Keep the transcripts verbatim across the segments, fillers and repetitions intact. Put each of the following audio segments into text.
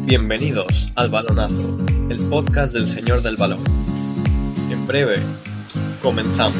Bienvenidos al Balonazo, el podcast del Señor del Balón. En breve, comenzamos.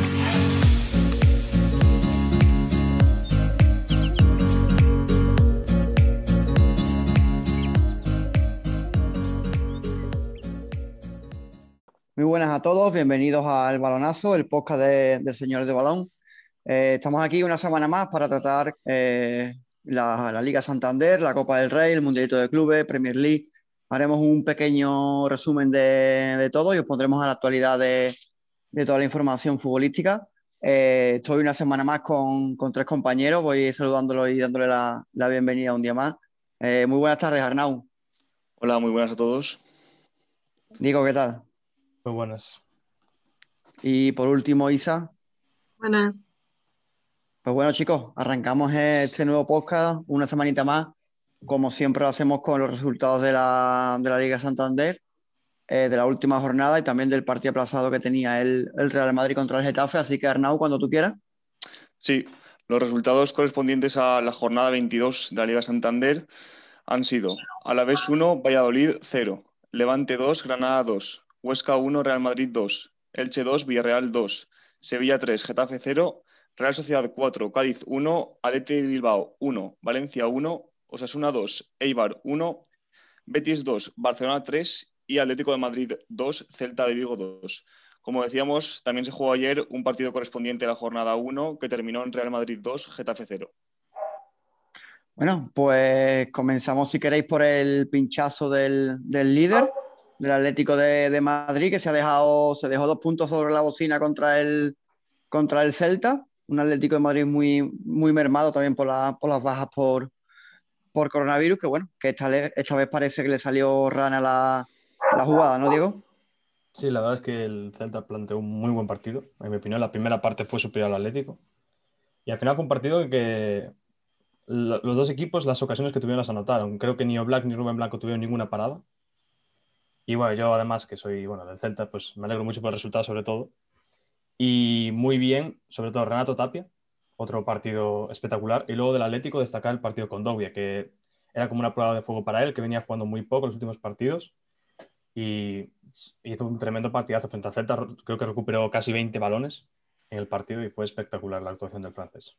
Muy buenas a todos, bienvenidos al Balonazo, el podcast de- del Señor del Balón. Eh, estamos aquí una semana más para tratar eh, la, la Liga Santander, la Copa del Rey, el Mundialito de Clubes, Premier League. Haremos un pequeño resumen de, de todo y os pondremos a la actualidad de, de toda la información futbolística. Eh, estoy una semana más con, con tres compañeros, voy saludándolo y dándole la, la bienvenida un día más. Eh, muy buenas tardes, Arnau. Hola, muy buenas a todos. Diego, ¿qué tal? Muy buenas. Y por último, Isa. Buenas. Pues bueno, chicos, arrancamos este nuevo podcast una semanita más, como siempre lo hacemos con los resultados de la, de la Liga Santander, eh, de la última jornada y también del partido aplazado que tenía el, el Real Madrid contra el Getafe. Así que, Arnau, cuando tú quieras. Sí, los resultados correspondientes a la jornada veintidós de la Liga Santander han sido Alavés uno, Valladolid cero, Levante dos, Granada dos, Huesca uno, Real Madrid dos, Elche dos, Villarreal dos, Sevilla tres, Getafe cero, Real Sociedad cuatro, Cádiz uno, Athletic de Bilbao uno, Valencia uno, Osasuna dos, Eibar uno, Betis dos, Barcelona tres y Atlético de Madrid dos, Celta de Vigo dos. Como decíamos, también se jugó ayer un partido correspondiente a la jornada uno que terminó en Real Madrid dos, Getafe cero. Bueno, pues comenzamos, si queréis, por el pinchazo del, del líder, del Atlético de, de Madrid, que se ha dejado, se dejó dos puntos sobre la bocina contra el, contra el Celta. Un Atlético de Madrid muy, muy mermado también por, la, por las bajas por, por coronavirus, que bueno, que esta, le- esta vez parece que le salió rana la, la jugada, ¿no, Diego? Sí, la verdad es que el Celta planteó un muy buen partido. En mi opinión, la primera parte fue superior al Atlético. Y al final fue un partido en que lo- los dos equipos, las ocasiones que tuvieron las anotaron. Creo que ni Oblak ni Rubén Blanco tuvieron ninguna parada. Y bueno, yo además, que soy bueno, del Celta, pues me alegro mucho por el resultado sobre todo. Y muy bien, sobre todo Renato Tapia, otro partido espectacular. Y luego del Atlético destacar el partido con Dogbia, que era como una prueba de fuego para él, que venía jugando muy poco en los últimos partidos. Y hizo un tremendo partidazo frente al Celta. Creo que recuperó casi veinte balones en el partido y fue espectacular la actuación del francés.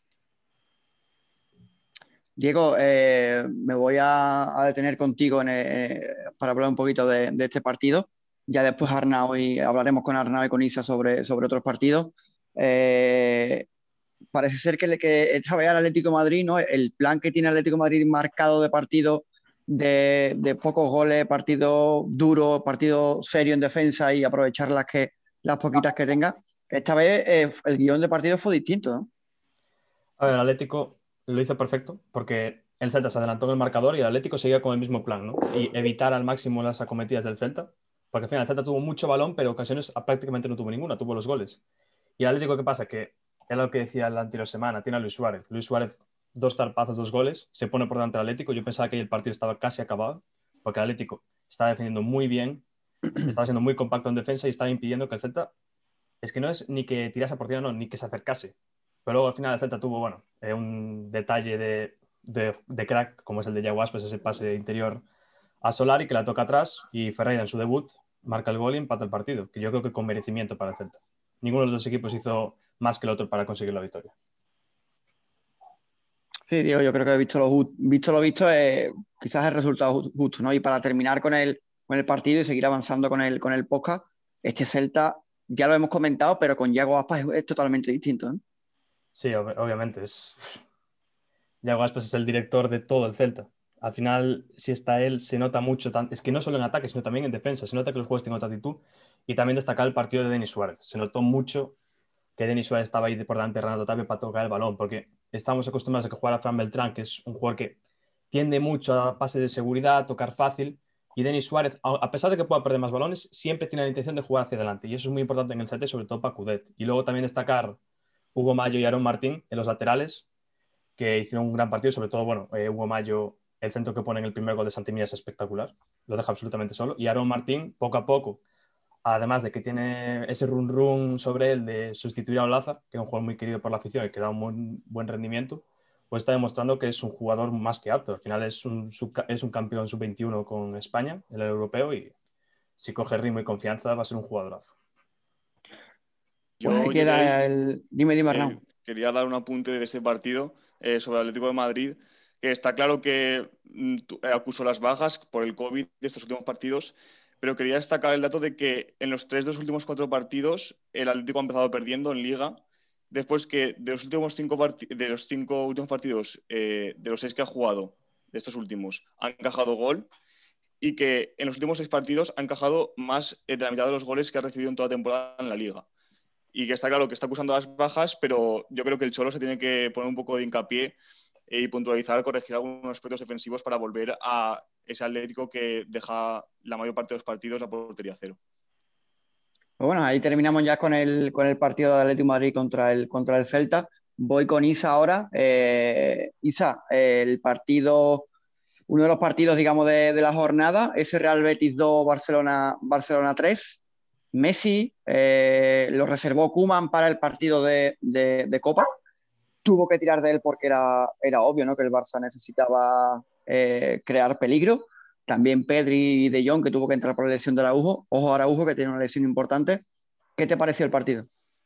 Diego, eh, me voy a, a detener contigo en, eh, para hablar un poquito de, de este partido. Ya después Arnau y hablaremos con Arnau y con Isa sobre, sobre otros partidos. Eh, Parece ser que, le- que esta vez al Atlético de Madrid, ¿no? El plan que tiene el Atlético de Madrid marcado de partido de, de pocos goles, partido duro, partido serio en defensa y aprovechar las, que, las poquitas que tenga. Esta vez eh, el guión de partido fue distinto, ¿no? A ver, el Atlético lo hizo perfecto porque el Celta se adelantó en el marcador y el Atlético seguía con el mismo plan, ¿no? Y evitar al máximo las acometidas del Celta, porque al final el Celta tuvo mucho balón, pero ocasiones prácticamente no tuvo ninguna, tuvo los goles. Y el Atlético, ¿qué pasa? Que era lo que decía la anterior semana, tiene a Luis Suárez. Luis Suárez, dos tarpazos, dos goles, se pone por delante del Atlético. Yo pensaba que el partido estaba casi acabado, porque el Atlético estaba defendiendo muy bien, estaba siendo muy compacto en defensa y estaba impidiendo que el Celta, es que no es ni que tirase a portería, no, ni que se acercase. Pero luego al final el Celta tuvo, bueno, eh, un detalle de, de, de crack, como es el de Yago Aspas, ese pase interior a Solari, que la toca atrás, y Ferreira en su debut marca el gol y empata el partido, que yo creo que con merecimiento para el Celta. Ninguno de los dos equipos hizo más que el otro para conseguir la victoria. Sí, Diego, yo creo que visto lo, ju- visto, lo visto, eh, quizás el resultado ju- justo, ¿no? Y para terminar con el, con el partido y seguir avanzando con el, con el podcast, este Celta, ya lo hemos comentado, pero con Yago Aspas es, es totalmente distinto, ¿no? Sí, ob obviamente. Es... Yago Aspas es el director de todo el Celta. Al final, si está él, se nota mucho. Tan... Es que no solo en ataque, sino también en defensa. Se nota que los jugadores tienen otra actitud. Y también destacar el partido de Denis Suárez. Se notó mucho que Denis Suárez estaba ahí por delante de Renato Tapia para tocar el balón, porque estamos acostumbrados a que jugara Fran Beltrán, que es un jugador que tiende mucho a pase de seguridad, a tocar fácil, y Denis Suárez, a pesar de que pueda perder más balones, siempre tiene la intención de jugar hacia adelante, y eso es muy importante en el C T, sobre todo para Coudet. Y luego también destacar Hugo Mayo y Aaron Martín en los laterales, que hicieron un gran partido, sobre todo, bueno, eh, Hugo Mayo, el centro que pone en el primer gol de Santimilla es espectacular, lo deja absolutamente solo, y Aaron Martín, poco a poco, además de que tiene ese run run sobre él de sustituir a Olaza, que es un jugador muy querido por la afición y que da un buen, buen rendimiento, pues está demostrando que es un jugador más que apto. Al final es un, es un campeón sub veintiuno con España, el europeo, y si coge ritmo y confianza va a ser un jugadorazo. Pues ahí Yo, queda Yerey, el... Dime, dime, eh, Arnau. quería dar un apunte de ese partido eh, sobre el Atlético de Madrid, que está claro que mm, tu- eh, acusó las bajas por el COVID de estos últimos partidos, pero quería destacar el dato de que en los tres de los últimos cuatro partidos el Atlético ha empezado perdiendo en Liga, después que de los últimos cinco, parti- de los cinco últimos partidos, eh, de los seis que ha jugado, de estos últimos, ha encajado gol, y que en los últimos seis partidos ha encajado más eh, de la mitad de los goles que ha recibido en toda la temporada en la Liga. Y que está claro que está acusando las bajas, pero yo creo que el Cholo se tiene que poner un poco de hincapié y puntualizar, corregir algunos aspectos defensivos para volver a ese Atlético que deja la mayor parte de los partidos la portería cero. Pues bueno, ahí terminamos ya con el, con el partido de Atlético de Madrid contra el, contra el Celta. Voy con Isa ahora. Eh, Isa, el partido, uno de los partidos, digamos, de, de la jornada, ese Real Betis dos, Barcelona, Barcelona tres. Messi eh, lo reservó Koeman para el partido de, de, de Copa. Tuvo que tirar de él porque era, era obvio, ¿no?, que el Barça necesitaba eh, crear peligro. También Pedri y De Jong, que tuvo que entrar por la lesión de Araujo. Ojo a Araujo, que tiene una lesión importante. ¿Qué te pareció el partido?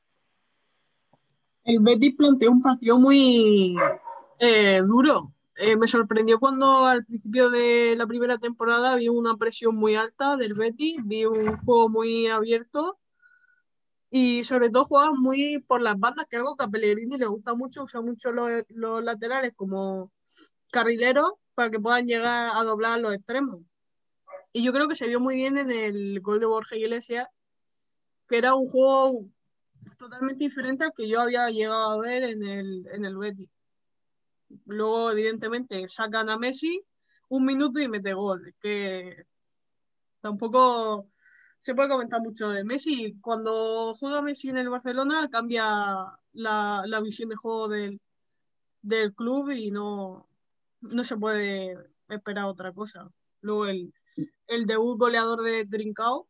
El Betis planteó un partido muy eh, duro. Eh, me sorprendió cuando al principio de la primera temporada vi una presión muy alta del Betis, vi un juego muy abierto y sobre todo jugaban muy por las bandas, que es algo que a Pellegrini le gusta mucho, usa mucho los, los laterales como carrileros para que puedan llegar a doblar los extremos. Y yo creo que se vio muy bien en el gol de Borja Iglesias, que era un juego totalmente diferente al que yo había llegado a ver en el, en el Betis. Luego, evidentemente, sacan a Messi un minuto y mete gol. Es que tampoco se puede comentar mucho de Messi. Cuando juega Messi en el Barcelona cambia la, la visión de juego del, del club y no, no se puede esperar otra cosa. Luego el, el debut goleador de Trincao,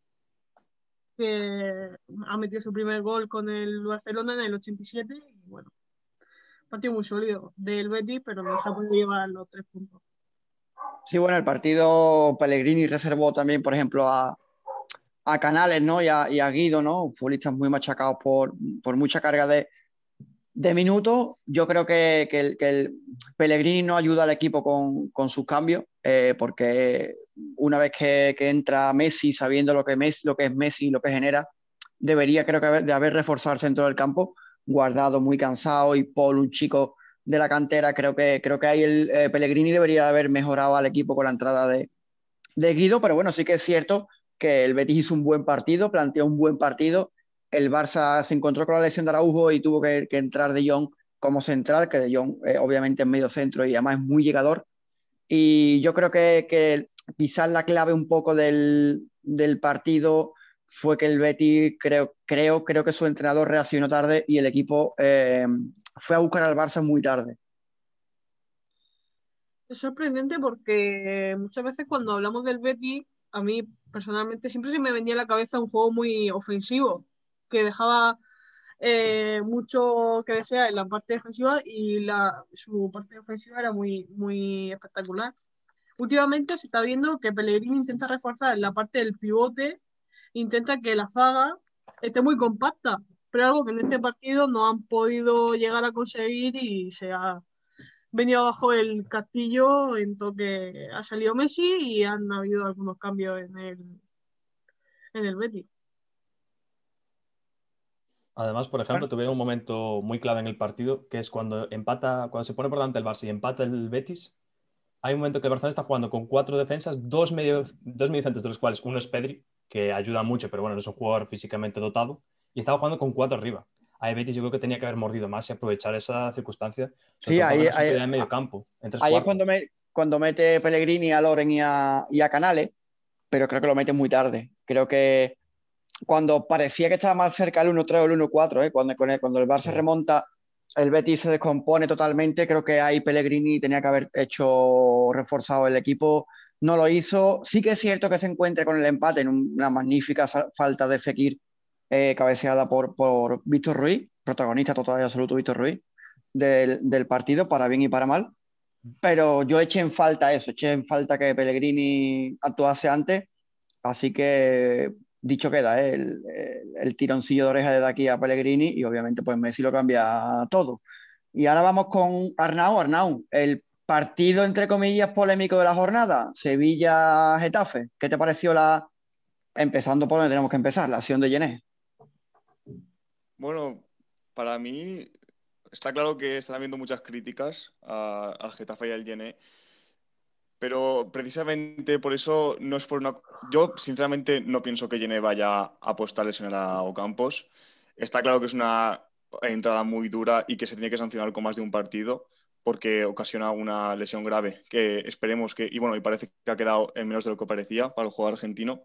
que ha metido su primer gol con el Barcelona en el ochenta y siete y bueno, partido muy sólido del Betis, pero no se ha podido llevar los tres puntos. Sí, bueno, el partido Pellegrini reservó también, por ejemplo, a, a Canales, ¿no?, y a, y a Guido, ¿no?, futbolistas muy machacados por, por mucha carga de, de minutos. Yo creo que, que, el, que el Pellegrini no ayuda al equipo con, con sus cambios, eh, porque una vez que, que entra Messi, sabiendo lo que, Messi, lo que es Messi y lo que genera, debería, creo que, haber, de haber reforzado el centro del campo. Guardado muy cansado y Paul, un chico de la cantera, creo que, creo que ahí el eh, Pellegrini debería haber mejorado al equipo con la entrada de, de Guido, pero bueno, sí que es cierto que el Betis hizo un buen partido, planteó un buen partido. El Barça se encontró con la lesión de Araujo y tuvo que, que entrar De Jong como central, que De Jong eh, obviamente es medio centro y además es muy llegador. Y yo creo que, que quizás la clave un poco del, del partido fue que el Betis, creo, creo, creo que su entrenador reaccionó tarde y el equipo eh, fue a buscar al Barça muy tarde. Es sorprendente porque muchas veces cuando hablamos del Betis, a mí personalmente siempre se me venía a la cabeza un juego muy ofensivo, que dejaba eh, mucho que desear en la parte defensiva y la, su parte ofensiva era muy, muy espectacular. Últimamente se está viendo que Pellegrini intenta reforzar en la parte del pivote, intenta que la zaga esté muy compacta, pero algo que en este partido no han podido llegar a conseguir y se ha venido abajo el castillo en toque ha salido Messi y han habido algunos cambios en el, en el Betis. Además, por ejemplo, tuvieron un momento muy clave en el partido, que es cuando empata, cuando se pone por delante el Barça y empata el Betis. Hay un momento que el Barcelona está jugando con cuatro defensas, dos, medio, dos mediocentros, de los cuales uno es Pedri, que ayuda mucho, pero bueno, no es un jugador físicamente dotado, y estaba jugando con cuatro arriba. A Betis yo creo que tenía que haber mordido más y aprovechar esa circunstancia, sobre Sí, todo ahí, para la ahí, superioridad en medio campo, en tres ahí es cuartos. cuando, me, cuando mete Pellegrini a Loren y a, y a Canales, pero creo que lo mete muy tarde. Creo que cuando parecía que estaba más cerca el uno tres o el uno cuatro, ¿eh? cuando, cuando el Barça Sí. remonta, el Betis se descompone totalmente. Creo que ahí Pellegrini tenía que haber hecho reforzado el equipo. No lo hizo. Sí que es cierto que se encuentra con el empate en una magnífica falta de Fekir, eh, cabeceada por, por Víctor Ruiz, protagonista total y absoluto Víctor Ruiz. del, del partido, para bien y para mal, pero yo eché en falta eso, eché en falta que Pellegrini actuase antes, así que dicho queda, ¿eh? el, el, el tironcillo de oreja de aquí a Pellegrini y obviamente pues Messi lo cambia todo. Y ahora vamos con Arnau. Arnau, el partido entre comillas polémico de la jornada, Sevilla-Getafe. ¿Qué te pareció la, empezando por donde tenemos que empezar, la acción de Yené? Bueno, para mí está claro que están habiendo muchas críticas a- al Getafe y al Yené, pero precisamente por eso no es por una... Yo, sinceramente, no pienso que Yené vaya a apostar a lesionar a Ocampos. Está claro que es una entrada muy dura y que se tiene que sancionar con más de un partido porque ocasiona una lesión grave que esperemos que... Y bueno, y parece que ha quedado en menos de lo que parecía para el jugador argentino.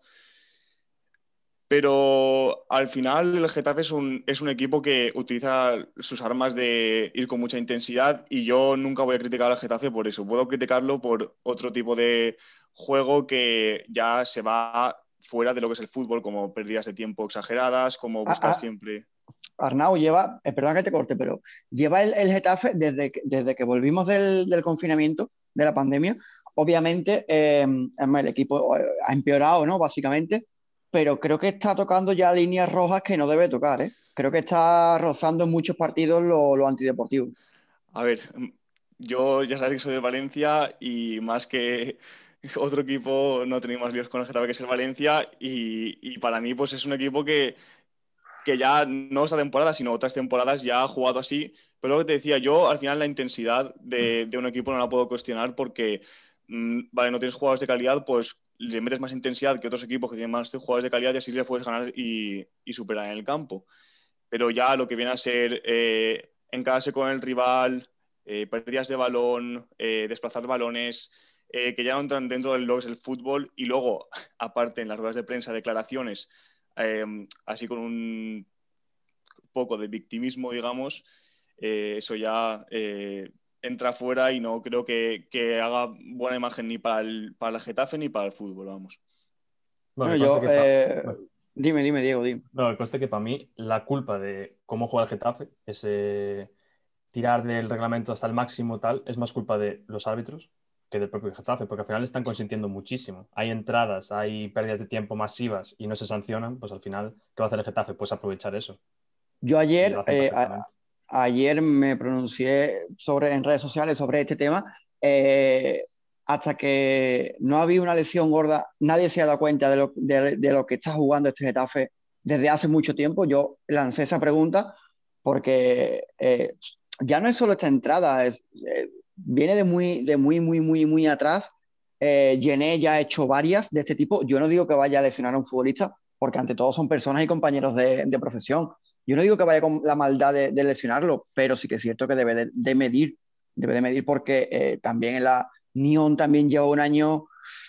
Pero al final el Getafe es un, es un equipo que utiliza sus armas de ir con mucha intensidad y yo nunca voy a criticar al Getafe por eso. Puedo criticarlo por otro tipo de juego que ya se va fuera de lo que es el fútbol, como pérdidas de tiempo exageradas, como Ah, buscar ah, siempre... Arnau lleva, eh, perdón que te corte, pero lleva el, el Getafe desde que, desde que volvimos del, del confinamiento, de la pandemia. Obviamente, eh, el equipo eh, ha empeorado, ¿no? Básicamente, pero creo que está tocando ya líneas rojas que no debe tocar, ¿eh? Creo que está rozando en muchos partidos lo, lo antideportivo. A ver, yo ya sabéis que soy de Valencia y más que otro equipo no tenemos más líos con el Getafe que es el Valencia y, y para mí pues es un equipo que que ya no esta temporada, sino otras temporadas ya ha jugado así. Pero lo que te decía, yo al final la intensidad de, de un equipo no la puedo cuestionar porque, mmm, vale, no tienes jugadores de calidad, pues le metes más intensidad que otros equipos que tienen más jugadores de calidad y así le puedes ganar y, y superar en el campo. Pero ya lo que viene a ser eh, encararse con el rival, eh, pérdidas de balón, eh, desplazar balones, eh, que ya no entran dentro del lo que es el fútbol y luego, aparte, en las ruedas de prensa, declaraciones eh, así con un poco de victimismo, digamos, eh, eso ya eh, entra fuera y no creo que, que haga buena imagen ni para el, para el Getafe ni para el fútbol, vamos. Bueno, Bueno, que conste yo, que pa- eh, bueno, dime, dime, Diego, dime. no, que conste que para mí la culpa de cómo juega el Getafe, ese tirar del reglamento hasta el máximo tal, es más culpa de los árbitros que del propio Getafe, porque al final están consintiendo muchísimo. Hay entradas, hay pérdidas de tiempo masivas y no se sancionan, pues al final, ¿qué va a hacer el Getafe? Pues aprovechar eso. Yo Y lo ayer, hacen eh, a- perfectamente. ayer me pronuncié sobre, en redes sociales sobre este tema. eh, Hasta que no había una lesión gorda, nadie se ha dado cuenta de lo, de, de lo que está jugando este Getafe desde hace mucho tiempo. Yo lancé esa pregunta porque eh, ya no es solo esta entrada, es, eh, viene de muy, de muy, muy, muy, muy atrás. Eh, Yené ya ha hecho varias de este tipo. Yo no digo que vaya a lesionar a un futbolista, porque ante todo son personas y compañeros de, de profesión. Yo no digo que vaya con la maldad de, de lesionarlo, pero sí que es cierto que debe de, de medir, debe de medir porque eh, también en la Nyon también lleva un año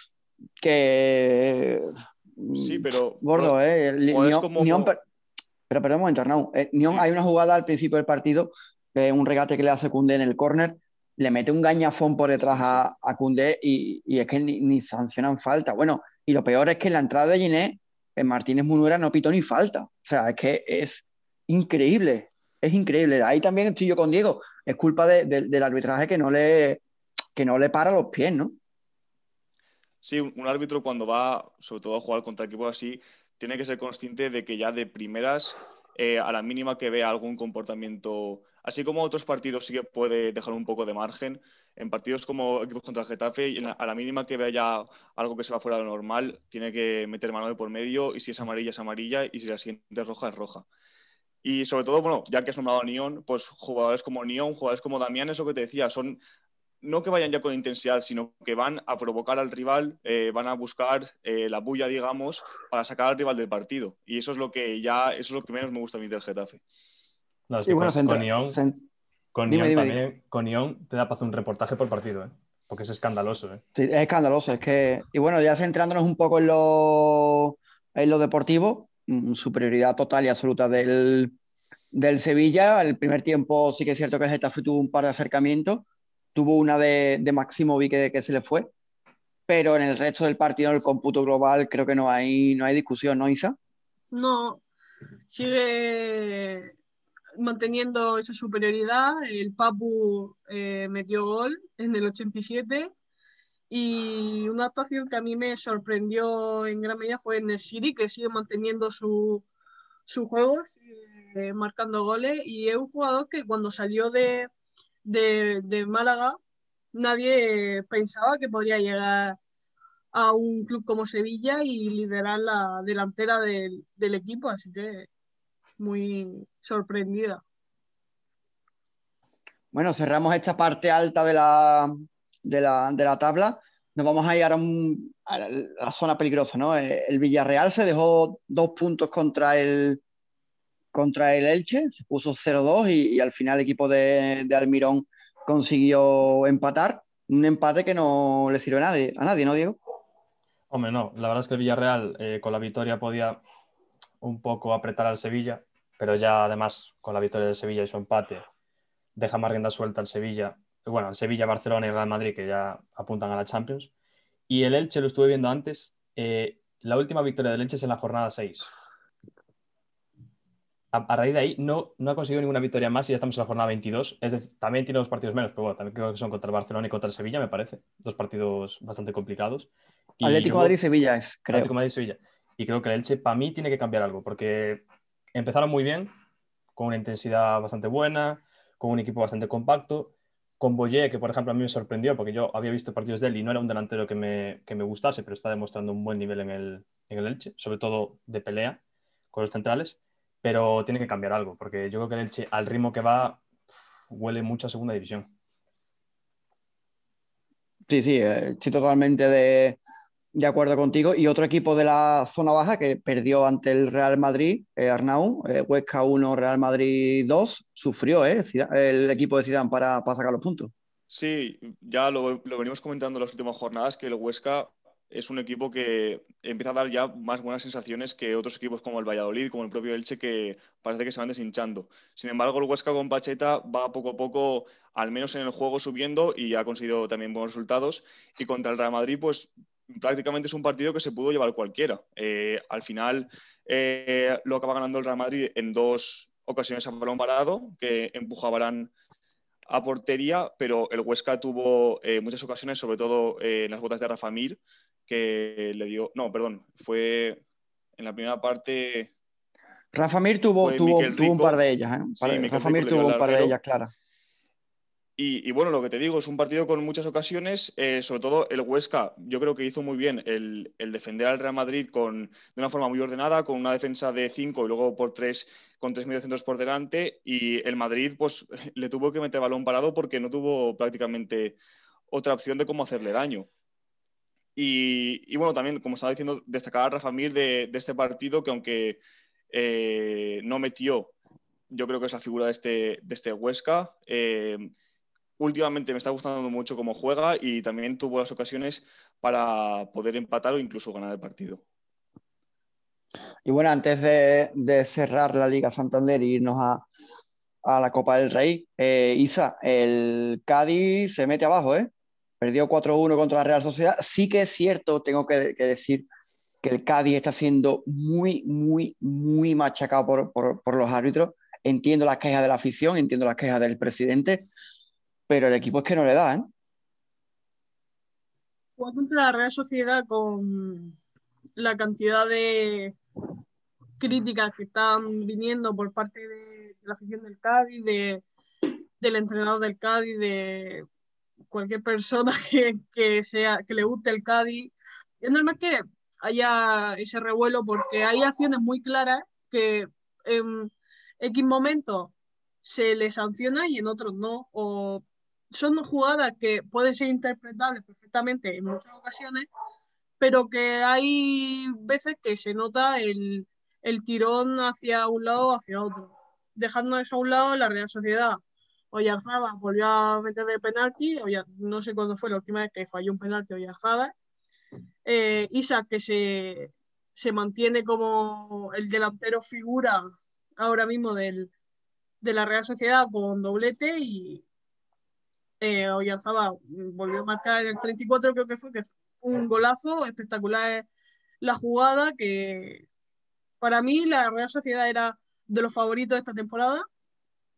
que Sí, mm, pero gordo, bueno, ¿eh? jugadores Nyon, Nyon, como... pero perdón un momento, Arnau. Eh, Nyon, Sí, hay una jugada al principio del partido, eh, un regate que le hace Koundé en el córner, le mete un gañafón por detrás sí, sí. a, a Koundé y, y es que ni, ni sancionan falta. Bueno, y lo peor es que en la entrada de Giné, en Martínez Munuera no pitó ni falta. O sea, es que es increíble, es increíble. Ahí también estoy yo con Diego. Es culpa de, de, del arbitraje que no, le, que no le para los pies, ¿no? Sí, un un árbitro cuando va, sobre todo a jugar contra equipos así, tiene que ser consciente de que ya de primeras, eh, a la mínima que vea algún comportamiento, así como otros partidos sí que puede dejar un poco de margen, en partidos como equipos contra el Getafe, y en la- a la mínima que vea ya algo que se va fuera de lo normal, tiene que meter mano de por medio y si es amarilla es amarilla y si la siguiente es roja es roja. Y sobre todo, bueno, ya que has nombrado a Nión, pues jugadores como Nión, jugadores como Damián, es lo que te decía, son no que vayan ya con intensidad, sino que van a provocar al rival, eh, van a buscar eh, la bulla, digamos, para sacar al rival del partido. Y eso es lo que ya, eso es lo que menos me gusta a mí del Getafe. No, es Y que bueno, con, se con entra, Ion, se, con dime, Ion dime, dime. también, con Ion te da para hacer un reportaje por partido, ¿eh? Porque es escandaloso, ¿eh? Sí, es escandaloso, es que... Y bueno, ya centrándonos un poco en lo, en lo deportivo, mm, superioridad total y absoluta del, del Sevilla. El primer tiempo sí que es cierto que el Getafe tuvo un par de acercamientos, tuvo una de, de Maximovic que, que se le fue, pero en el resto del partido, en el cómputo global, creo que no hay, no hay discusión, ¿no, Isa? No, sigue manteniendo esa superioridad. El Papu eh, metió gol en el ochenta y siete y una actuación que a mí me sorprendió en gran medida fue Nesiri, que sigue manteniendo su, su juego, sigue marcando goles, y es un jugador que cuando salió de, de, de Málaga nadie pensaba que podría llegar a un club como Sevilla y liderar la delantera del, del equipo, así que muy sorprendida. Bueno, cerramos esta parte alta de la, de la, de la tabla. Nos vamos a ir ahora a, un, a la, a la zona peligrosa, ¿no? El Villarreal se dejó dos puntos contra el, contra el Elche, se puso cero dos y, y al final el equipo de, de Almirón consiguió empatar. Un empate que no le sirve a nadie, a nadie, ¿no, Diego? Hombre, no. La verdad es que el Villarreal eh, con la victoria podía un poco apretar al Sevilla, pero ya además con la victoria de Sevilla y su empate deja más rienda suelta al Sevilla, bueno, al Sevilla, Barcelona y Real Madrid, que ya apuntan a la Champions. Y el Elche, lo estuve viendo antes, eh, la última victoria del Elche es en la jornada seis. A, a raíz de ahí no, no ha conseguido ninguna victoria más y ya estamos en la jornada veintidós. Es decir, también tiene dos partidos menos, pero bueno, también creo que son contra el Barcelona y contra el Sevilla, me parece. Dos partidos bastante complicados. Y Atlético yo creo, Madrid-Sevilla es, Atlético creo. Madrid-Sevilla. Y creo que el Elche, para mí, tiene que cambiar algo, porque empezaron muy bien, con una intensidad bastante buena, con un equipo bastante compacto, con Boyé, que por ejemplo a mí me sorprendió, porque yo había visto partidos de él y no era un delantero que me, que me gustase, pero está demostrando un buen nivel en el, en el Elche, sobre todo de pelea con los centrales, pero tiene que cambiar algo, porque yo creo que el Elche, al ritmo que va, huele mucho a segunda división. Sí, sí, eh, estoy totalmente de, de acuerdo contigo. Y otro equipo de la zona baja que perdió ante el Real Madrid, eh, Arnau, eh, Huesca uno, Real Madrid dos, sufrió eh, el equipo de Zidane para, para sacar los puntos. Sí, ya lo, lo venimos comentando en las últimas jornadas, que el Huesca es un equipo que empieza a dar ya más buenas sensaciones que otros equipos como el Valladolid, como el propio Elche, que parece que se van deshinchando. Sin embargo, el Huesca con Pacheta va poco a poco, al menos en el juego, subiendo y ha conseguido también buenos resultados. Y contra el Real Madrid, pues prácticamente es un partido que se pudo llevar cualquiera. Eh, al final eh, lo acaba ganando el Real Madrid en dos ocasiones a balón parado, que empuja a Varane a portería, pero el Huesca tuvo eh, muchas ocasiones, sobre todo eh, en las botas de Rafa Mir, que le dio... No, perdón, fue en la primera parte... Rafa Mir tuvo, Fue tuvo, Miquel tuvo un par Rico. de ellas, ¿eh? Sí, Par- Miquel Rafa Rico Mir le dio tuvo al un par de ellas, larguero. claras. Y, y, bueno, lo que te digo, es un partido con muchas ocasiones, eh, sobre todo el Huesca, yo creo que hizo muy bien el, el defender al Real Madrid con, de una forma muy ordenada, con una defensa de cinco y luego por tres, con tres mediocentros por delante, y el Madrid pues le tuvo que meter balón parado porque no tuvo prácticamente otra opción de cómo hacerle daño. Y, y bueno, también, como estaba diciendo, destacar a Rafa Mir de, de este partido, que aunque eh, no metió, yo creo que es la figura de este, de este Huesca. Eh, últimamente me está gustando mucho cómo juega y también tuvo las ocasiones para poder empatar o incluso ganar el partido. Y bueno, antes de, de cerrar la Liga Santander e irnos a, a la Copa del Rey, eh, Isa, el Cádiz se mete abajo, ¿eh? Perdió cuatro uno contra la Real Sociedad. Sí que es cierto, tengo que, que decir, que el Cádiz está siendo muy, muy, muy machacado por, por, por los árbitros. Entiendo las quejas de la afición, entiendo las quejas del presidente, pero el equipo es que no le da, ¿eh? Jugó contra la Real Sociedad con la cantidad de críticas que están viniendo por parte de la afición del Cádiz, de, del entrenador del Cádiz, de cualquier persona que, que, sea, que le guste el Cádiz. Es normal que haya ese revuelo porque hay acciones muy claras que en X momentos se les sanciona y en otros no. O son jugadas que pueden ser interpretables perfectamente en muchas ocasiones, pero que hay veces que se nota el, el tirón hacia un lado o hacia otro. Dejando eso a un lado, la Real Sociedad, Oyarzabal volvió a meter de penalti, Oyar, no sé cuándo fue la última vez que falló un penalti Oyarzabal. Eh, Isaac, que se, se mantiene como el delantero figura ahora mismo del, de la Real Sociedad con doblete, y eh, Oyarzabal volvió a marcar en el treinta y cuatro, creo que fue, que fue un golazo espectacular. La jugada que para mí la Real Sociedad era de los favoritos de esta temporada,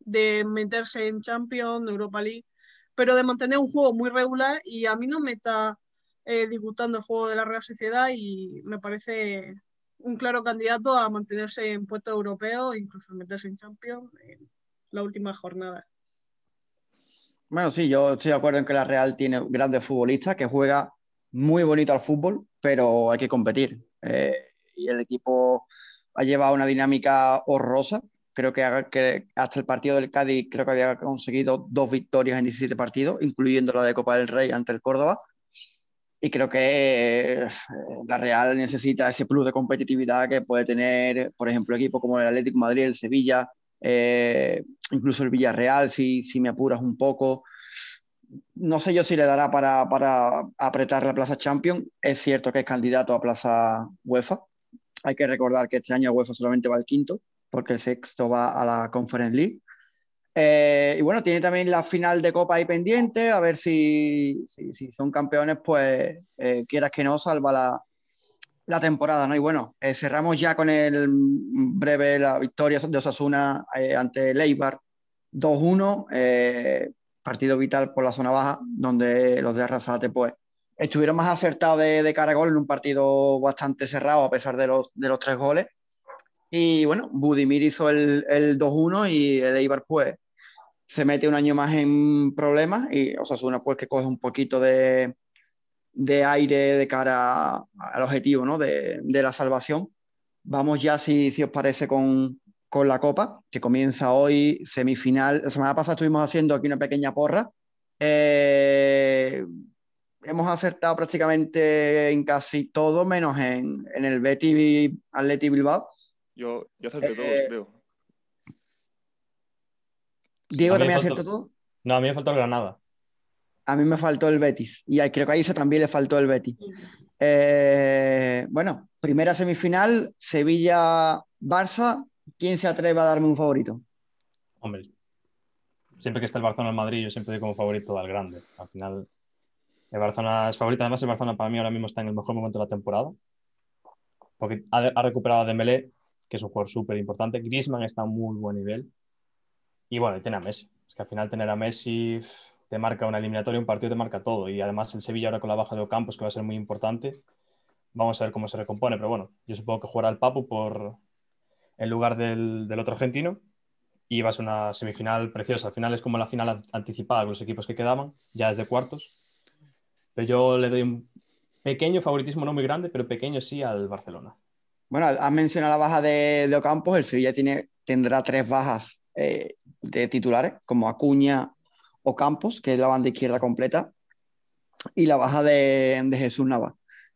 de meterse en Champions, Europa League, pero de mantener un juego muy regular, y a mí no me está eh, disgustando el juego de la Real Sociedad y me parece un claro candidato a mantenerse en puestos europeos, incluso meterse en Champions en la última jornada. Bueno, sí, yo estoy de acuerdo en que la Real tiene grandes futbolistas, que juega muy bonito al fútbol, pero hay que competir. Eh, y el equipo ha llevado una dinámica horrorosa. Creo que, haga- que hasta el partido del Cádiz creo que había conseguido dos victorias en diecisiete partidos, incluyendo la de Copa del Rey ante el Córdoba. Y creo que eh, la Real necesita ese plus de competitividad que puede tener, por ejemplo, equipos como el Atlético de Madrid, el Sevilla, eh, incluso el Villarreal, si, si me apuras un poco. No sé yo si le dará para, para apretar la plaza Champions. Es cierto que es candidato a plaza UEFA. Hay que recordar que este año UEFA solamente va al quinto, porque el sexto va a la Conference League. Eh, y bueno, tiene también la final de Copa ahí pendiente, a ver si, si, si son campeones, pues eh, quieras que no, salva la, la temporada, ¿no? Y bueno, eh, cerramos ya con el breve, la victoria de Osasuna eh, ante el Eibar dos uno, eh, partido vital por la zona baja, donde los de Arrasate pues estuvieron más acertados de, de cara a gol en un partido bastante cerrado a pesar de los, de los tres goles. Y bueno, Budimir hizo el, el dos uno y el Eibar pues se mete un año más en problemas y Osasuna pues que coge un poquito de, de aire de cara al objetivo, ¿no? de, de la salvación. Vamos ya, si, si os parece, con, con la Copa, que comienza hoy, semifinal. La semana pasada estuvimos haciendo aquí una pequeña porra. Eh, hemos acertado prácticamente en casi todo, menos en, en el Betis Athletic Bilbao. Yo, yo acerté todos, Eh, creo. A Diego mí me también acierto faltó, todo. no, a mí me faltó el Granada. A mí me faltó el Betis. Y ahí- creo que a Isa también le faltó el Betis. Eh, bueno, primera semifinal, Sevilla-Barça. ¿Quién se atreve a darme un favorito? Hombre, siempre que está el Barcelona en Madrid, yo siempre doy como favorito al grande. Al final, el Barcelona es favorito. Además, el Barcelona para mí ahora mismo está en el mejor momento de la temporada, porque ha, ha recuperado a Dembélé, que es un jugador súper importante. Griezmann está a muy buen nivel. Y bueno, y tiene a Messi. Es que al final tener a Messi pff, te marca una eliminatoria, un partido te marca todo. Y además el Sevilla ahora con la baja de Ocampos, que va a ser muy importante. Vamos a ver cómo se recompone. Pero bueno, yo supongo que jugará el Papu por, en lugar del, del otro argentino. Y va a ser una semifinal preciosa. Al final es como la final anticipada con los equipos que quedaban, ya desde cuartos. Pero yo le doy un pequeño favoritismo, no muy grande, pero pequeño sí al Barcelona. Bueno, has mencionado la baja de, de Ocampos. El Sevilla tiene, tendrá tres bajas eh, de titulares, como Acuña, Ocampos, que es la banda izquierda completa, y la baja de, de Jesús Navas.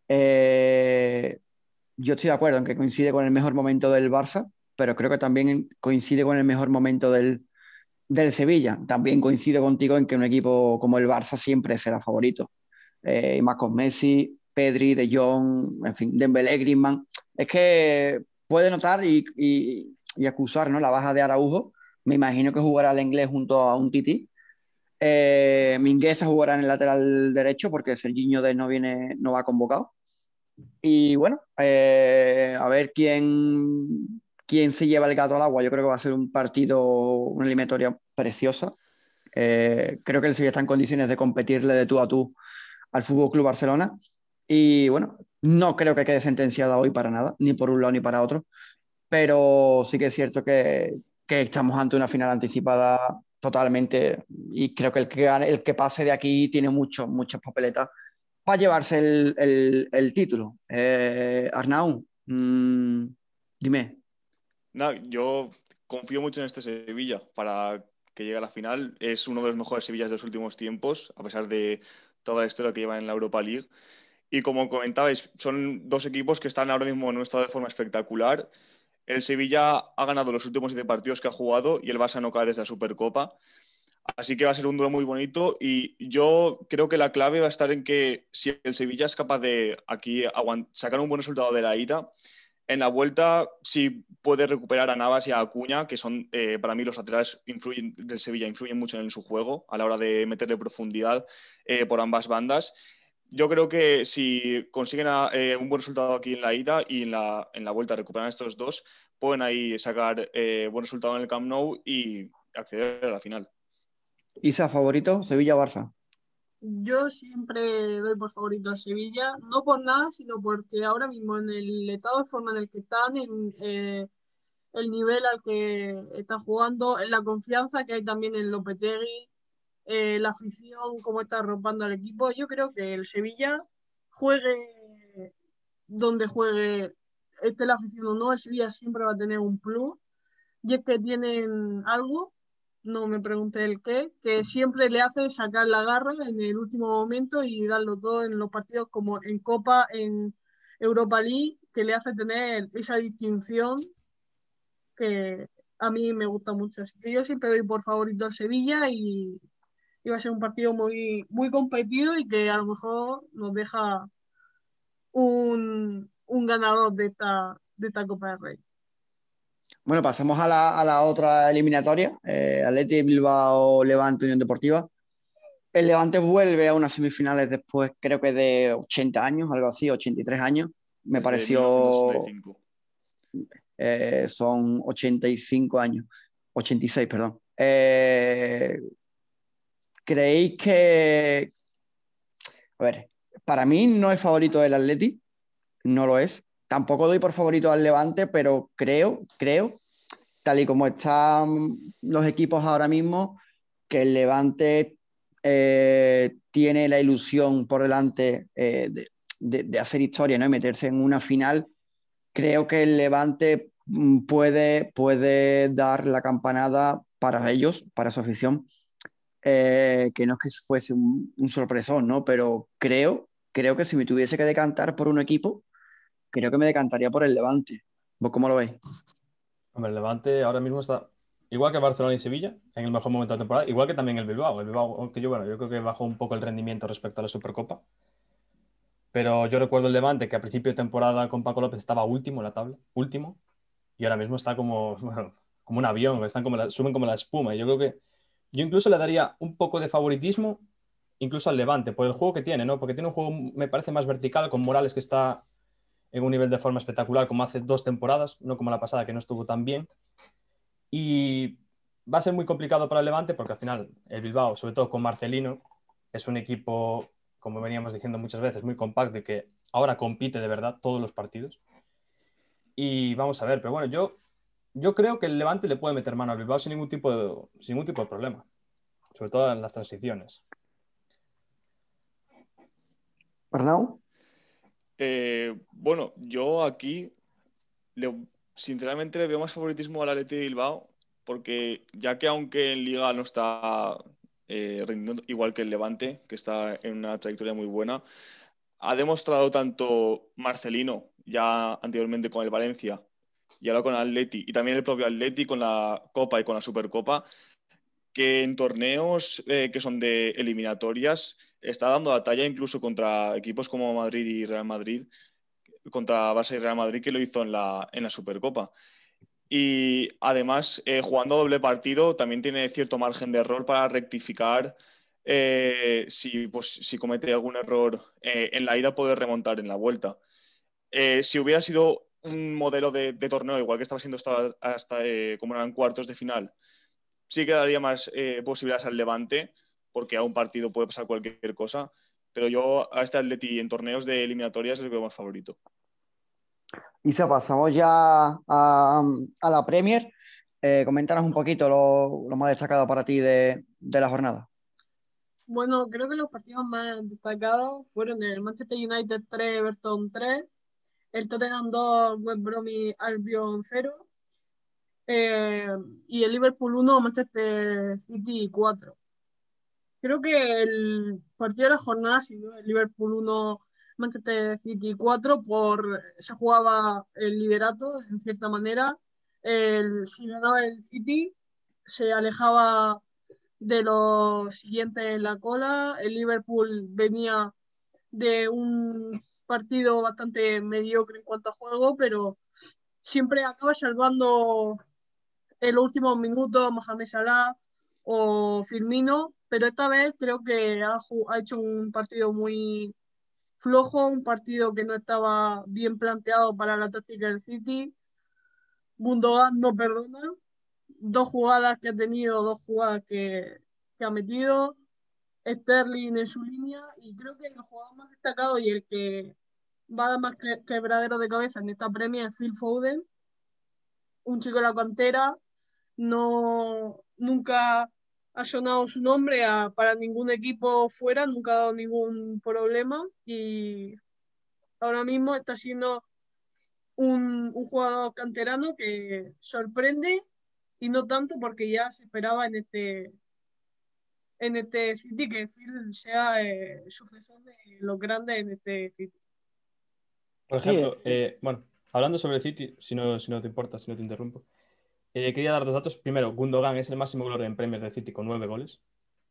Eh, yo estoy de acuerdo en que coincide con el mejor momento del Barça, pero creo que también coincide con el mejor momento del, del Sevilla. También coincido contigo en que un equipo como el Barça siempre será favorito. Eh, y más con Messi, Pedri, De Jong, en fin, Dembélé, Griezmann. Es que puede notar y, y, y acusar, ¿no?, la baja de Araujo. Me imagino que jugará el inglés junto a un Titi. Eh, Mingueza jugará en el lateral derecho porque Serginho de no viene, no va convocado. Y bueno, eh, a ver quién, quién se lleva el gato al agua. Yo creo que va a ser un partido, una eliminatoria preciosa. Eh, creo que el Sevilla está en condiciones de competirle de tú a tú al Fútbol Club Barcelona. Y bueno, no creo que quede sentenciada hoy para nada, ni por un lado ni para otro. Pero sí que es cierto que, que estamos ante una final anticipada totalmente. Y creo que el que gane, el que pase de aquí tiene mucho, muchas papeletas para llevarse el, el, el título. Eh, Arnau, mmm, dime. Nada, yo confío mucho en este Sevilla para que llegue a la final. Es uno de los mejores Sevillas de los últimos tiempos, a pesar de toda la historia que lleva en la Europa League. Y como comentabais, son dos equipos que están ahora mismo en un estado de forma espectacular. El Sevilla ha ganado los últimos siete partidos que ha jugado y el Barça no cae desde la Supercopa. Así que va a ser un duelo muy bonito y yo creo que la clave va a estar en que si el Sevilla es capaz de aquí sacar un buen resultado de la ida, en la vuelta sí puede recuperar a Navas y a Acuña, que son eh, para mí los laterales influyen, del Sevilla, influyen mucho en su juego a la hora de meterle profundidad eh, por ambas bandas. Yo creo que si consiguen eh, un buen resultado aquí en la ida y en la, en la vuelta recuperan estos dos, pueden ahí sacar eh, buen resultado en el Camp Nou y acceder a la final. Isa, favorito, Sevilla o Barça. Yo siempre doy por favorito a Sevilla, no por nada, sino porque ahora mismo en el estado de forma en el que están, en eh, el nivel al que están jugando, en la confianza que hay también en Lopetegui, eh, la afición, cómo está arropando al equipo, yo creo que el Sevilla juegue donde juegue, esté la afición o no, el Sevilla siempre va a tener un plus, y es que tienen algo, no me pregunté el qué, que siempre le hace sacar la garra en el último momento y darlo todo en los partidos como en Copa, en Europa League, que le hace tener esa distinción que a mí me gusta mucho. Así que yo siempre doy por favorito al Sevilla y iba a ser un partido muy, muy competido y que a lo mejor nos deja un, un ganador de esta, de esta Copa del Rey. Bueno, pasamos a la, a la otra eliminatoria, eh, Athletic Bilbao, Levante, Unión Deportiva. El Levante vuelve a unas semifinales después, creo que de ochenta años, algo así, ochenta y tres años. Me Desde pareció, mil novecientos ochenta y cinco. eh, son ochenta y cinco años, ochenta y seis, perdón. Eh, ¿Creéis que, a ver, para mí no es favorito el Athletic, no lo es. Tampoco doy por favorito al Levante, pero creo, creo, tal y como están los equipos ahora mismo, que el Levante eh, tiene la ilusión por delante eh, de, de, de hacer historia, ¿no? Y meterse en una final. Creo que el Levante mm, puede, puede dar la campanada para ellos, para su afición, eh, que no es que fuese un, un sorpresón, ¿no? Pero creo, creo que si me tuviese que decantar por un equipo, creo que me decantaría por el Levante. ¿Vos cómo lo veis? Hombre, el Levante ahora mismo está igual que Barcelona y Sevilla, en el mejor momento de la temporada, igual que también el Bilbao. El Bilbao, aunque yo, bueno, yo creo que bajó un poco el rendimiento respecto a la Supercopa. Pero yo recuerdo el Levante que a principio de temporada con Paco López estaba último en la tabla, último, y ahora mismo está como, bueno, como un avión, están como la, suben como la espuma. Y yo creo que yo incluso le daría un poco de favoritismo incluso al Levante, por el juego que tiene, ¿no? Porque tiene un juego, me parece, más vertical, con Morales que está en un nivel de forma espectacular, como hace dos temporadas, no como la pasada, que no estuvo tan bien. Y va a ser muy complicado para el Levante, porque al final el Bilbao, sobre todo con Marcelino, es un equipo, como veníamos diciendo muchas veces, muy compacto y que ahora compite de verdad todos los partidos. Y vamos a ver, pero bueno, yo, yo creo que el Levante le puede meter mano al Bilbao sin ningún tipo de, sin ningún tipo de problema, sobre todo en las transiciones. ¿Arnau? Eh, bueno, yo aquí le- sinceramente le veo más favoritismo al Athletic de Bilbao, porque ya que aunque en Liga no está eh, rindiendo igual que el Levante, que está en una trayectoria muy buena, ha demostrado tanto Marcelino, ya anteriormente con el Valencia, y ahora con el Atleti, y también el propio Atleti con la Copa y con la Supercopa, que en torneos eh, que son de eliminatorias está dando la talla incluso contra equipos como Madrid y Real Madrid, contra Barça y Real Madrid, que lo hizo en la, en la Supercopa. Y además, eh, jugando doble partido, también tiene cierto margen de error para rectificar. Eh, si, pues, si comete algún error eh, en la ida, poder remontar en la vuelta. Eh, si hubiera sido un modelo de, de torneo, igual que estaba siendo hasta, hasta eh, como eran cuartos de final, sí que daría más eh, posibilidades al Levante, porque a un partido puede pasar cualquier cosa. Pero yo a este Atleti en torneos de eliminatorias les veo más favorito. Isa, pasamos ya a, a la Premier. Eh, coméntanos un poquito lo, lo más destacado para ti de, de la jornada. Bueno, creo que los partidos más destacados fueron el Manchester United tres, Everton tres, el Tottenham dos, West Bromwich Albion cero, eh, y el Liverpool uno, Manchester City cuatro. Creo que el partido de la jornada ha sido el Liverpool uno, Manchester City cuatro, por se jugaba el liderato en cierta manera. El, si ganaba el City, se alejaba de los siguientes en la cola. El Liverpool venía de un partido bastante mediocre en cuanto a juego, pero siempre acaba salvando en los últimos minutos Mohamed Salah o Firmino, pero esta vez creo que ha, ha hecho un partido muy flojo, un partido que no estaba bien planteado para la táctica del City. Gundogan no perdona dos jugadas que ha tenido, dos jugadas que, que ha metido, Sterling en su línea, y creo que el jugador más destacado y el que va a dar más que- quebradero de cabeza en esta premia es Phil Foden, un chico de la cantera, no, nunca ha sonado su nombre a- para ningún equipo fuera, nunca ha dado ningún problema y ahora mismo está siendo un, un jugador canterano que sorprende y no tanto porque ya se esperaba en este, en este City que Phil sea eh, sucesor de los grandes en este City. Por Sí, ejemplo, eh, eh, bueno, hablando sobre el City, si no, si no te importa, si no te interrumpo, eh, quería dar dos datos. Primero, Gundogan es el máximo goleador en Premier del City con nueve goles.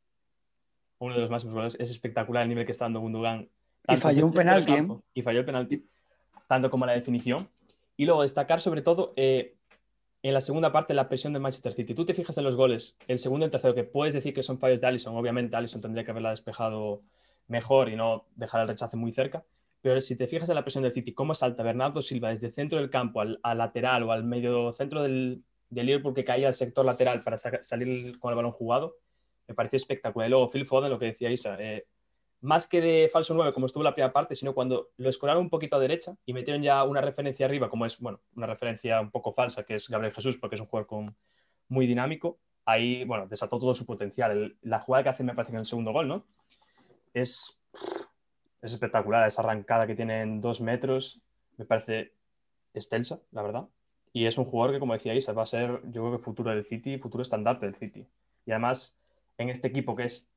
Uno de los máximos goles. Es espectacular el nivel que está dando Gundogan, y tanto falló un dentro del penalti, ¿eh? campo, y falló el penalti, Y- tanto como la definición. Y luego destacar sobre todo eh, en la segunda parte la presión de Manchester City. Tú te fijas en los goles, el segundo y el tercero, que puedes decir que son fallos de Alisson. Obviamente Alisson tendría que haberla despejado mejor y no dejar el rechace muy cerca. Pero si te fijas en la presión del City, cómo salta Bernardo Silva desde el centro del campo al, al lateral o al medio centro del, del Liverpool, que caía al sector lateral para sa- salir con el balón jugado, me pareció espectacular. Y luego Phil Foden, lo que decía Isa, eh, más que de falso nueve como estuvo en la primera parte, sino cuando lo escolaron un poquito a derecha y metieron ya una referencia arriba, como es, bueno, una referencia un poco falsa, que es Gabriel Jesús, porque es un jugador con, muy dinámico, ahí, bueno, desató todo su potencial. El, la jugada que hace, me parece, en el segundo gol, ¿no? Es, es espectacular, esa arrancada que tiene en dos metros, me parece excelsa, la verdad. Y es un jugador que, como decía Isa, va a ser, yo creo que futuro del City, futuro estandarte del City. Y además, en este equipo que es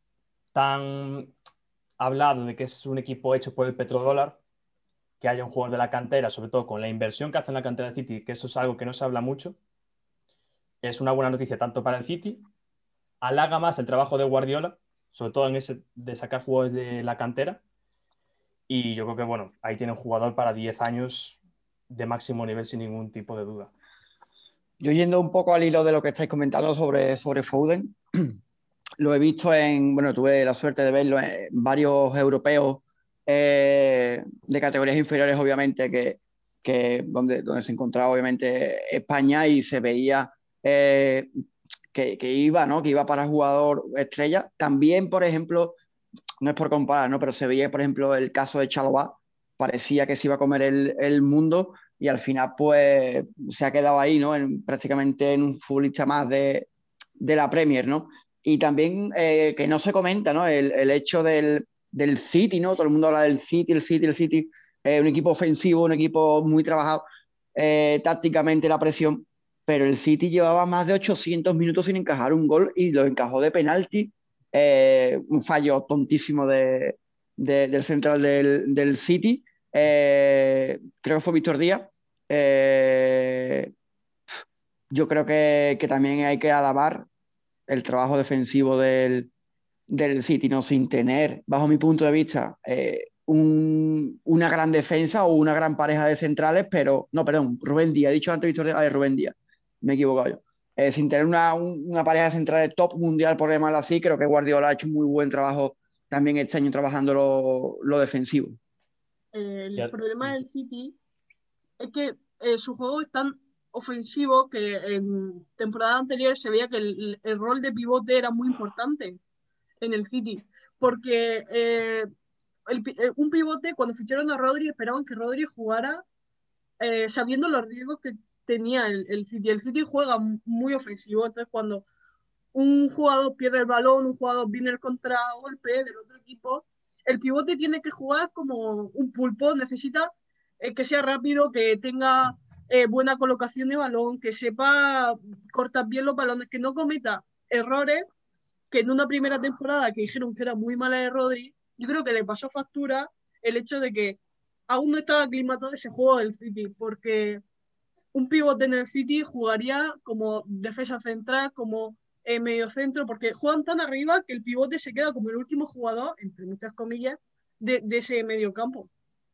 tan hablado de que es un equipo hecho por el petrodólar, que haya un jugador de la cantera, sobre todo con la inversión que hace en la cantera del City, que eso es algo que no se habla mucho, es una buena noticia tanto para el City, halaga más el trabajo de Guardiola, sobre todo en ese de sacar jugadores de la cantera, y yo creo que, bueno, ahí tiene un jugador para diez años de máximo nivel sin ningún tipo de duda. Yo yendo un poco al hilo de lo que estáis comentando sobre, sobre Foden, lo he visto en, bueno, tuve la suerte de verlo en varios europeos eh, de categorías inferiores, obviamente, que, que donde, donde se encontraba, obviamente, España y se veía eh, que, que iba, ¿no? Que iba para jugador estrella. También, por ejemplo, no es por comparar, ¿no? Pero se veía, por ejemplo, el caso de Chalobah, parecía que se iba a comer el, el mundo y al final, pues, se ha quedado ahí, ¿no? En, prácticamente en un futbolista más de, de la Premier, ¿no? Y también eh, que no se comenta, ¿no? El, el hecho del, del City, ¿no? Todo el mundo habla del City, el City, el City, eh, un equipo ofensivo, un equipo muy trabajado eh, tácticamente la presión, pero el City llevaba más de ochocientos minutos sin encajar un gol y lo encajó de penalti, eh, un fallo tontísimo de, de, del central del, del City, eh, creo que fue Víctor Díaz. Eh, yo creo que, que, también hay que alabar el trabajo defensivo del, del City, ¿no? Sin tener, bajo mi punto de vista, eh, un, una gran defensa o una gran pareja de centrales, pero, no, perdón, Rubén Díaz, he dicho antes Víctor Díaz, ah, Rubén Díaz, me he equivocado yo. Eh, sin tener una, un, una pareja de centrales top mundial, por llamarlo así, creo que Guardiola ha hecho un muy buen trabajo también este año trabajando lo, lo defensivo. Eh, el Ya, problema del City es que eh, su juego es tan ofensivo que en temporada anterior se veía que el, el rol de pivote era muy importante en el City, porque eh, el, eh, un pivote, cuando ficharon a Rodri, esperaban que Rodri jugara eh, sabiendo los riesgos que tenía el, el City. El City juega muy ofensivo, entonces cuando un jugador pierde el balón, un jugador viene el contragolpe del otro equipo, el pivote tiene que jugar como un pulpo, necesita eh, que sea rápido, que tenga eh, buena colocación de balón, que sepa cortar bien los balones, que no cometa errores que en una primera temporada que dijeron que era muy mala de Rodri, yo creo que le pasó factura el hecho de que aún no estaba aclimatado ese juego del City, porque un pivote en el City jugaría como defensa central, como eh, medio centro, porque juegan tan arriba que el pivote se queda como el último jugador, entre muchas comillas, de, de ese medio campo.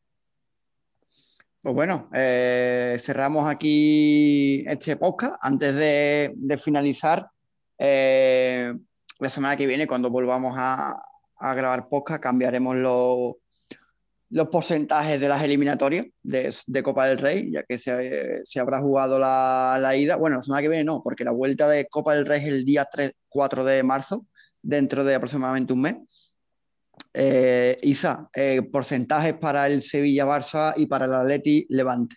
Pues bueno, eh, cerramos aquí este podcast. Antes de, de finalizar, eh, la semana que viene, cuando volvamos a, a grabar podcast, cambiaremos los los porcentajes de las eliminatorias de, de Copa del Rey, ya que se, se habrá jugado la, la ida. Bueno, la semana que viene no, porque la vuelta de Copa del Rey es el día tres, cuatro de marzo, dentro de aproximadamente un mes. Eh, Isa, eh, porcentajes para el Sevilla-Barça y para el Atleti-Levante.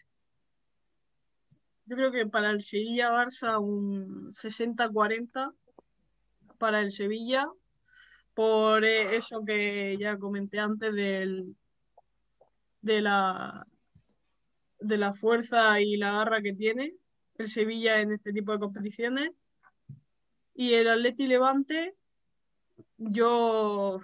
Yo creo que para el Sevilla-Barça un sesenta cuarenta para el Sevilla, por eso que ya comenté antes del, de, la, de la fuerza y la garra que tiene el Sevilla en este tipo de competiciones. Y el Atleti-Levante, yo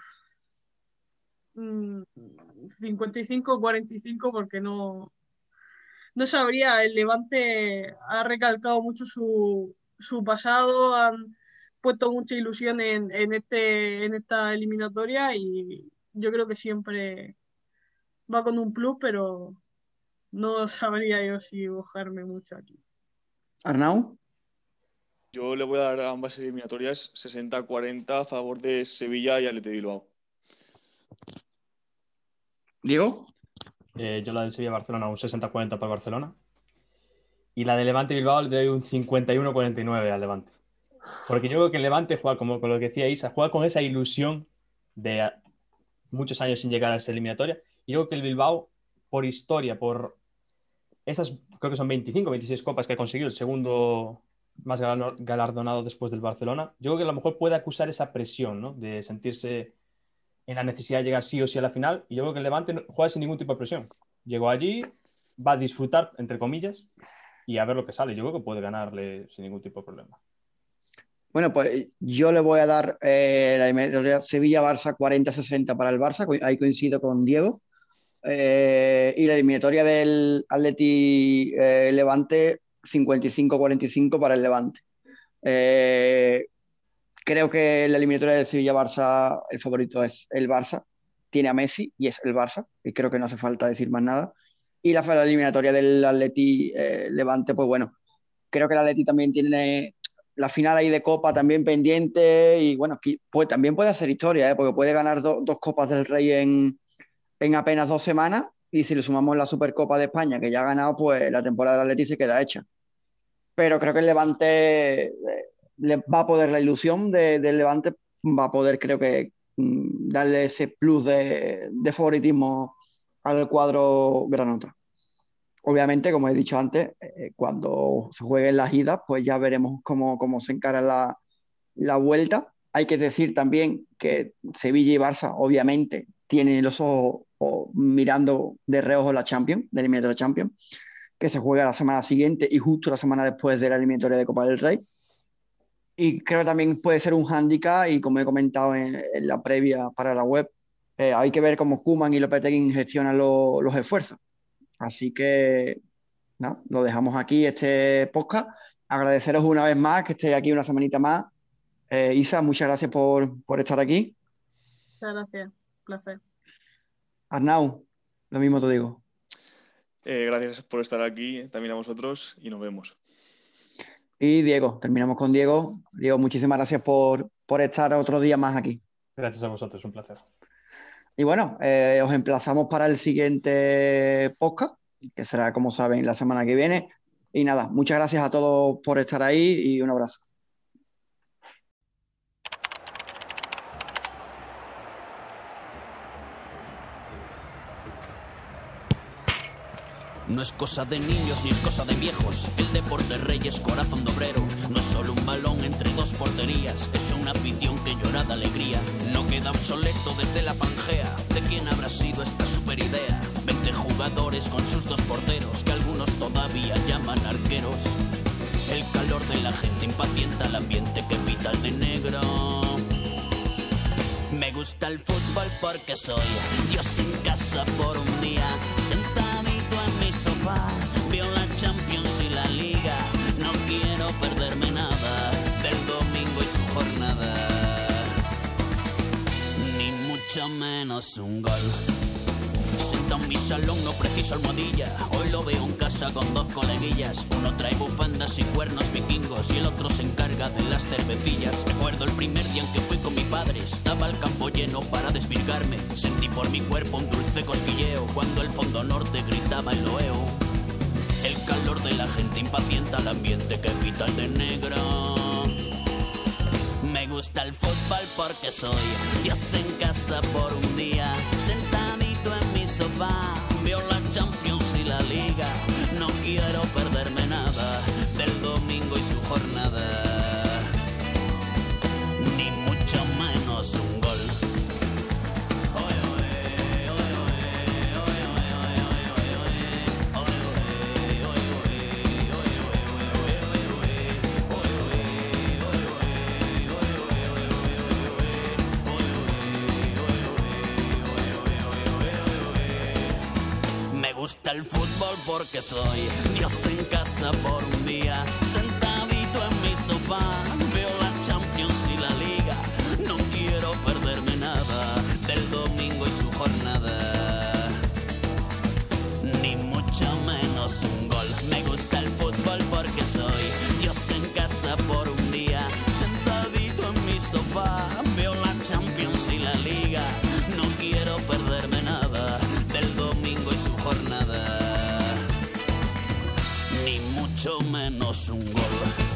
mmm, cincuenta y cinco cuarenta y cinco porque no, no sabría. El Levante ha recalcado mucho su, su pasado, han puesto mucha ilusión en, en, este, en esta eliminatoria y yo creo que siempre va con un plus, pero no sabría yo si mojarme mucho aquí. Arnau. Yo le voy a dar a ambas eliminatorias sesenta cuarenta a favor de Sevilla y Athletic Bilbao. Diego. Eh, yo la del Sevilla-Barcelona un sesenta cuarenta para Barcelona. Y la de Levante-Bilbao le doy un cincuenta y uno cuarenta y nueve al Levante. Porque yo creo que el Levante juega, como con lo que decía Isa, juega con esa ilusión de muchos años sin llegar a esa eliminatoria. Y yo creo que el Bilbao, por historia, por esas, creo que son veinticinco, veintiséis copas que ha conseguido, el segundo más galardonado después del Barcelona, yo creo que a lo mejor puede acusar esa presión, ¿no? De sentirse en la necesidad de llegar sí o sí a la final. Y yo creo que el Levante juega sin ningún tipo de presión. Llegó allí, va a disfrutar, entre comillas, y a ver lo que sale. Yo creo que puede ganarle sin ningún tipo de problema. Bueno, pues yo le voy a dar eh, la eliminatoria Sevilla-Barça cuarenta sesenta para el Barça, ahí coincido con Diego. Eh, y la eliminatoria del Atleti eh, Levante cincuenta y cinco cuarenta y cinco para el Levante. Eh, creo que la eliminatoria del Sevilla-Barça, el favorito es el Barça. Tiene a Messi y es el Barça, y creo que no hace falta decir más nada. Y la, la eliminatoria del Atleti eh, Levante, pues bueno, creo que el Atleti también tiene la final ahí de Copa también pendiente y bueno, pues también puede hacer historia, ¿eh? Porque puede ganar do, dos Copas del Rey en, en apenas dos semanas y si le sumamos la Supercopa de España que ya ha ganado, pues la temporada del Atleti se queda hecha. Pero creo que el Levante eh, le va a poder, la ilusión de, del Levante va a poder, creo que, darle ese plus de, de favoritismo al cuadro granota. Obviamente, como he dicho antes, eh, cuando se jueguen las idas, pues ya veremos cómo, cómo se encara la, la vuelta. Hay que decir también que Sevilla y Barça, obviamente, tienen los ojos o, mirando de reojo la Champions, de eliminatoria Champions, que se juega la semana siguiente y justo la semana después de la eliminatoria de Copa del Rey. Y creo que también puede ser un hándicap, y como he comentado en, en la previa para la web, eh, hay que ver cómo Koeman y Lopetegui gestionan lo, los esfuerzos. Así que, no, lo dejamos aquí, este podcast. Agradeceros una vez más que estéis aquí una semanita más. Eh, Isa, muchas gracias por, por estar aquí. Muchas gracias, un placer. Arnau, lo mismo te digo. Eh, gracias por estar aquí, también a vosotros, y nos vemos. Y Diego, terminamos con Diego. Diego, muchísimas gracias por, por estar otro día más aquí. Gracias a vosotros, un placer. Y bueno, eh, os emplazamos para el siguiente podcast, que será, como saben, la semana que viene. Y nada, muchas gracias a todos por estar ahí y un abrazo. No es cosa de niños ni es cosa de viejos. El deporte rey es corazón de obrero. No es solo un balón entre dos porterías. Es una afición que llora de alegría. No queda obsoleto desde la Pangea. ¿De quién habrá sido esta super idea? Veinte jugadores con sus dos porteros, que algunos todavía llaman arqueros. El calor de la gente impacienta el ambiente que pita el de negro. Me gusta el fútbol porque soy Dios en casa por un día. Sentadito en mi sofá, veo la Champions y la Liga. No quiero perderme nada del domingo y su jornada, ni mucho menos un gol. fiesta en mi salón, no preciso almohadilla. Hoy lo veo en casa con dos coleguillas. Uno trae bufandas y cuernos vikingos y el otro se encarga de las cervecillas. Recuerdo el primer día en que fui con mi padre. Estaba el campo lleno para desvirgarme. Sentí por mi cuerpo un dulce cosquilleo cuando el fondo norte gritaba el loeo. El calor de la gente impacienta el ambiente que evita el de negro. Me gusta el fútbol porque soy Dios en casa por un día. Sentadito en mi sofá, veo la Champions y la Liga. No quiero perderme nada del domingo y su jornada, ni mucho menos un gol. Me gusta el fútbol porque soy Dios en casa por un día. Sentadito en mi sofá, veo la Champions y la Liga. No quiero perderme nada del domingo y su jornada, ni mucho menos un gol. Me gusta el fútbol porque soy Dios en casa por un día. Sentadito en mi sofá, veo la Champions y la Liga. No quiero perderme nada del domingo y su jornada, ni mucho menos un gol.